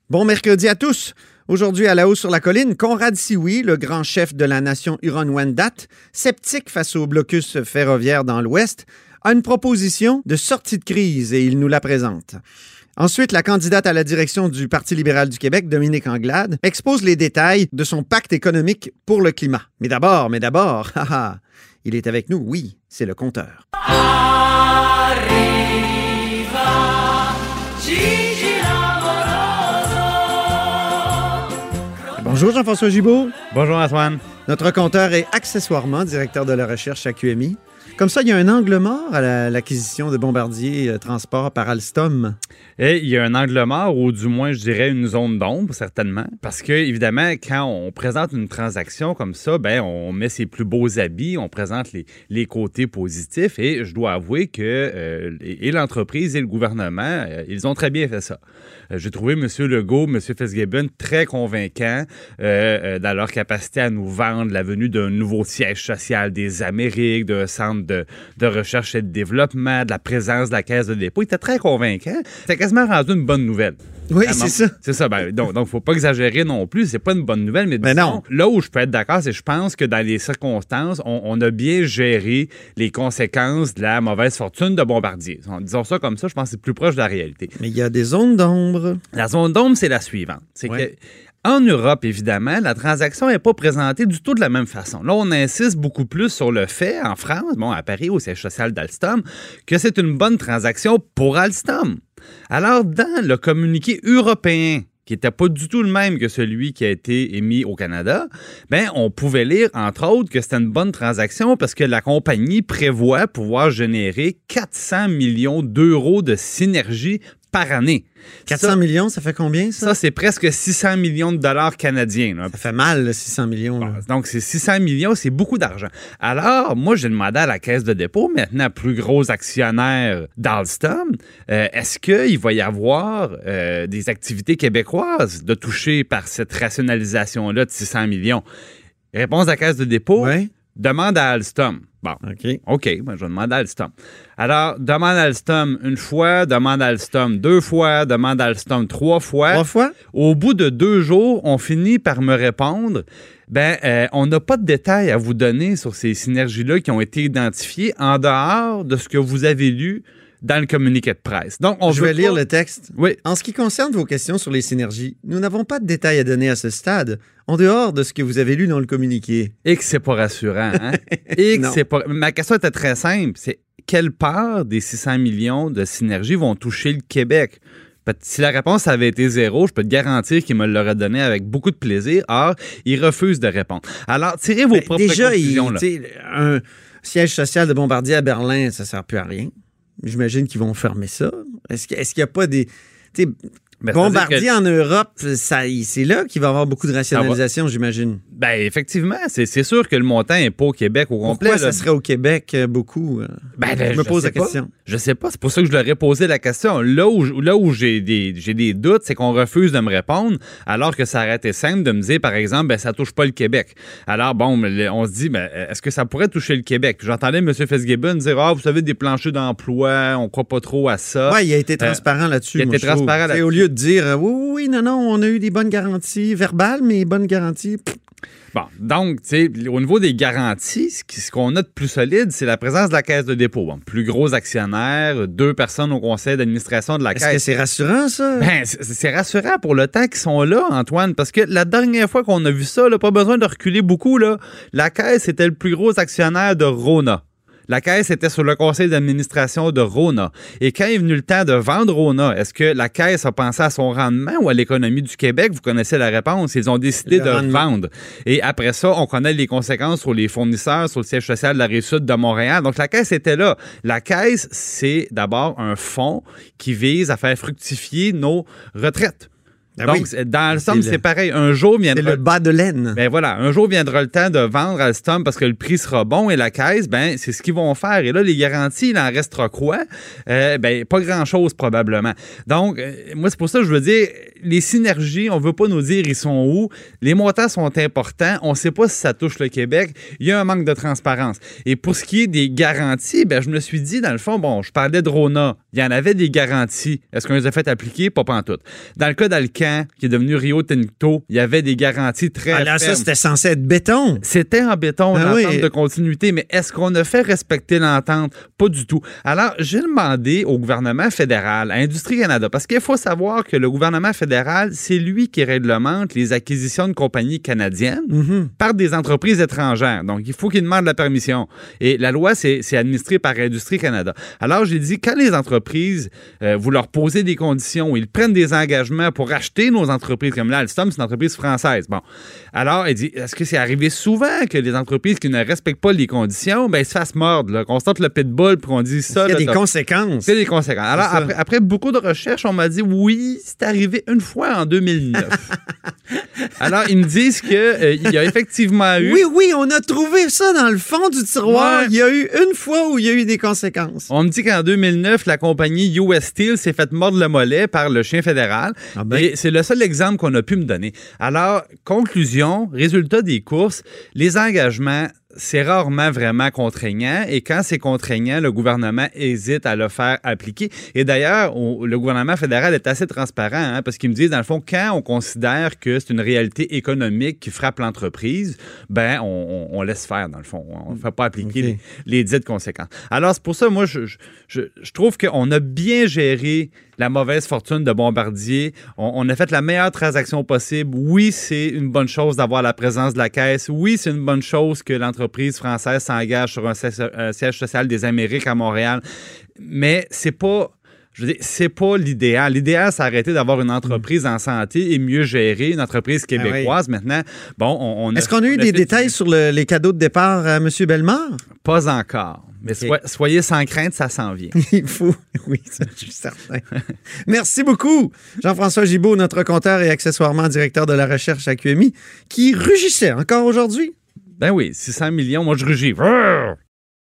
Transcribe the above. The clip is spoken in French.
Bon mercredi à tous. Aujourd'hui, à la haut sur la colline, Conrad Sioui, le grand chef de la nation Huron-Wendat, sceptique face au blocus ferroviaire dans l'Ouest, a une proposition de sortie de crise et il nous la présente. Ensuite, la candidate à la direction du Parti libéral du Québec, Dominique Anglade, expose les détails de son pacte économique pour le climat. Mais d'abord, il est avec nous, oui, c'est le compteur. Bonjour Jean-François Gibault. Bonjour Antoine. Notre compteur est accessoirement directeur de la recherche à QMI. Comme ça, il y a un angle mort à l'acquisition de Bombardier Transport par Alstom. Et il y a un angle mort, ou du moins, je dirais, une zone d'ombre, certainement. Parce que, évidemment, quand on présente une transaction comme ça, on met ses plus beaux habits, on présente les côtés positifs. Et je dois avouer que et l'entreprise et le gouvernement, ils ont très bien fait ça. J'ai trouvé M. Legault, M. Fitzgibbon très convaincants dans leur capacité à nous vendre la venue d'un nouveau siège social des Amériques, d'un centre de recherche et de développement, de la présence de la Caisse de dépôt. Il était très convaincant. C'était quasiment rendu une bonne nouvelle. Oui, c'est ça. C'est ça. Donc, il ne faut pas exagérer non plus. C'est pas une bonne nouvelle, mais disons, non. Là où je peux être d'accord, c'est que je pense que dans les circonstances, on a bien géré les conséquences de la mauvaise fortune de Bombardier. Disons ça comme ça, je pense que c'est plus proche de la réalité. Mais il y a des zones d'ombre. La zone d'ombre, c'est la suivante. C'est que en Europe, évidemment, la transaction n'est pas présentée du tout de la même façon. Là, on insiste beaucoup plus sur le fait, en France, à Paris, au siège social d'Alstom, que c'est une bonne transaction pour Alstom. Alors, dans le communiqué européen, qui n'était pas du tout le même que celui qui a été émis au Canada, on pouvait lire, entre autres, que c'était une bonne transaction parce que la compagnie prévoit pouvoir générer 400 millions d'euros de synergie par année. 400 millions, ça fait combien, ça? Ça, c'est presque 600 millions de dollars canadiens. Là. Ça fait mal, 600 millions. Là. Donc, c'est 600 millions, c'est beaucoup d'argent. Alors, moi, j'ai demandé à la Caisse de dépôt, maintenant plus gros actionnaire d'Alstom, est-ce qu'il va y avoir des activités québécoises de toucher par cette rationalisation-là de 600 millions? Réponse de la Caisse de dépôt, demande à Alstom. Bon, OK, je vais demander à Alstom. Alors, demande à Alstom une fois, demande à Alstom 2 fois, demande à Alstom 3 fois. 3 fois? Au bout de 2 jours, on finit par me répondre, on n'a pas de détails à vous donner sur ces synergies-là qui ont été identifiées en dehors de ce que vous avez lu dans le communiqué de presse. Donc, je vais lire le texte. Oui. En ce qui concerne vos questions sur les synergies, nous n'avons pas de détails à donner à ce stade, en dehors de ce que vous avez lu dans le communiqué. Et que c'est pas rassurant, hein? Ma question était très simple. C'est quelle part des 600 millions de synergies vont toucher le Québec? Si la réponse avait été 0, je peux te garantir qu'il me l'aurait donné avec beaucoup de plaisir. Or, il refuse de répondre. Alors, tirez vos propres conclusions. Déjà, un siège social de Bombardier à Berlin, ça ne sert plus à rien. J'imagine qu'ils vont fermer ça. Est-ce qu'il n'y a pas des... Bombardier en Europe, c'est là qu'il va y avoir beaucoup de rationalisation, j'imagine. Effectivement, c'est sûr que le montant n'est pas au Québec au complet. Pourquoi ça serait au Québec beaucoup? Je me pose la question. Je sais pas, c'est pour ça que je leur ai posé la question. Là où j'ai des doutes, c'est qu'on refuse de me répondre, alors que ça aurait été simple de me dire, par exemple, ça touche pas le Québec. Alors on se dit, est-ce que ça pourrait toucher le Québec? J'entendais M. Fitzgibbon dire, vous savez, des planchers d'emploi, on croit pas trop à ça. Oui, il a été transparent là-dessus. Il a été transparent là-dessus. Au lieu de dire, non, on a eu des bonnes garanties verbales, mais bonnes garanties... Bon, donc, au niveau des garanties, ce qu'on a de plus solide, c'est la présence de la Caisse de dépôt. Bon, plus gros actionnaire, 2 personnes au conseil d'administration de la Caisse. Est-ce que c'est rassurant, ça? C'est rassurant pour le temps qu'ils sont là, Antoine, parce que la dernière fois qu'on a vu ça, pas besoin de reculer beaucoup, la Caisse était le plus gros actionnaire de Rona. La Caisse était sur le conseil d'administration de Rona. Et quand est venu le temps de vendre Rona, est-ce que la Caisse a pensé à son rendement ou à l'économie du Québec? Vous connaissez la réponse. Ils ont décidé de vendre. Et après ça, on connaît les conséquences sur les fournisseurs, sur le siège social de la Rive-Sud de Montréal. Donc, la Caisse était là. La Caisse, c'est d'abord un fonds qui vise à faire fructifier nos retraites. Donc, dans Alstom, c'est pareil. Un jour viendra... C'est le bas de laine. Un jour viendra le temps de vendre Alstom parce que le prix sera bon et la Caisse, c'est ce qu'ils vont faire. Et là, les garanties, il en restera quoi? Pas grand-chose probablement. Donc, moi, c'est pour ça que je veux dire... les synergies, on ne veut pas nous dire ils sont où. Les montants sont importants. On ne sait pas si ça touche le Québec. Il y a un manque de transparence. Et pour ce qui est des garanties, je me suis dit, dans le fond, je parlais de Rona. Il y en avait des garanties. Est-ce qu'on les a fait appliquer? Pas pantoute. Dans le cas d'Alcan, qui est devenu Rio Tinto, il y avait des garanties très fermes. Ça, c'était censé être béton. C'était en béton, une entente de continuité. Mais est-ce qu'on a fait respecter l'entente? Pas du tout. Alors, j'ai demandé au gouvernement fédéral, à Industrie Canada, parce qu'il faut savoir que le gouvernement fédéral, c'est lui qui réglemente les acquisitions de compagnies canadiennes par des entreprises étrangères. Donc, il faut qu'il demande la permission. Et la loi, c'est administré par Industrie Canada. Alors, j'ai dit, quand les entreprises, vous leur posez des conditions, ils prennent des engagements pour acheter nos entreprises, comme là, Alstom, c'est une entreprise française. Bon. Alors, elle dit, est-ce que c'est arrivé souvent que les entreprises qui ne respectent pas les conditions, ils se fassent mordre, là, qu'on sorte le pitbull pour qu'on dise ça. Il y a des conséquences. Il y a des conséquences. Alors, après beaucoup de recherches, on m'a dit, oui, c'est arrivé une fois en 2009. Alors, ils me disent qu'il y a effectivement eu... Oui, on a trouvé ça dans le fond du tiroir. Ouais. Il y a eu une fois où il y a eu des conséquences. On me dit qu'en 2009, la compagnie US Steel s'est fait mordre le mollet par le chien fédéral. Et c'est le seul exemple qu'on a pu me donner. Alors, conclusion, résultat des courses, les engagements, c'est rarement vraiment contraignant et quand c'est contraignant, le gouvernement hésite à le faire appliquer. Et d'ailleurs, le gouvernement fédéral est assez transparent parce qu'ils me disent, dans le fond, quand on considère que c'est une réalité économique qui frappe l'entreprise, on laisse faire, dans le fond. On ne fait pas appliquer les dites conséquences. Alors, c'est pour ça, moi, je trouve qu'on a bien géré la mauvaise fortune de Bombardier. On a fait la meilleure transaction possible. Oui, c'est une bonne chose d'avoir la présence de la Caisse. Oui, c'est une bonne chose que l'entreprise française s'engage sur un siège social des Amériques à Montréal. Mais c'est pas... c'est pas l'idéal. L'idéal, c'est arrêter d'avoir une entreprise en santé et mieux gérer, une entreprise québécoise. Maintenant, Est-ce qu'on a eu des détails sur les cadeaux de départ à M. Bellemare? Pas encore. Mais soyez sans crainte, ça s'en vient. Il faut, oui, ça, je suis certain. Merci beaucoup, Jean-François Gibault, notre compteur et accessoirement directeur de la recherche à QMI, qui rugissait encore aujourd'hui. Ben oui, 600 millions, moi je rugis.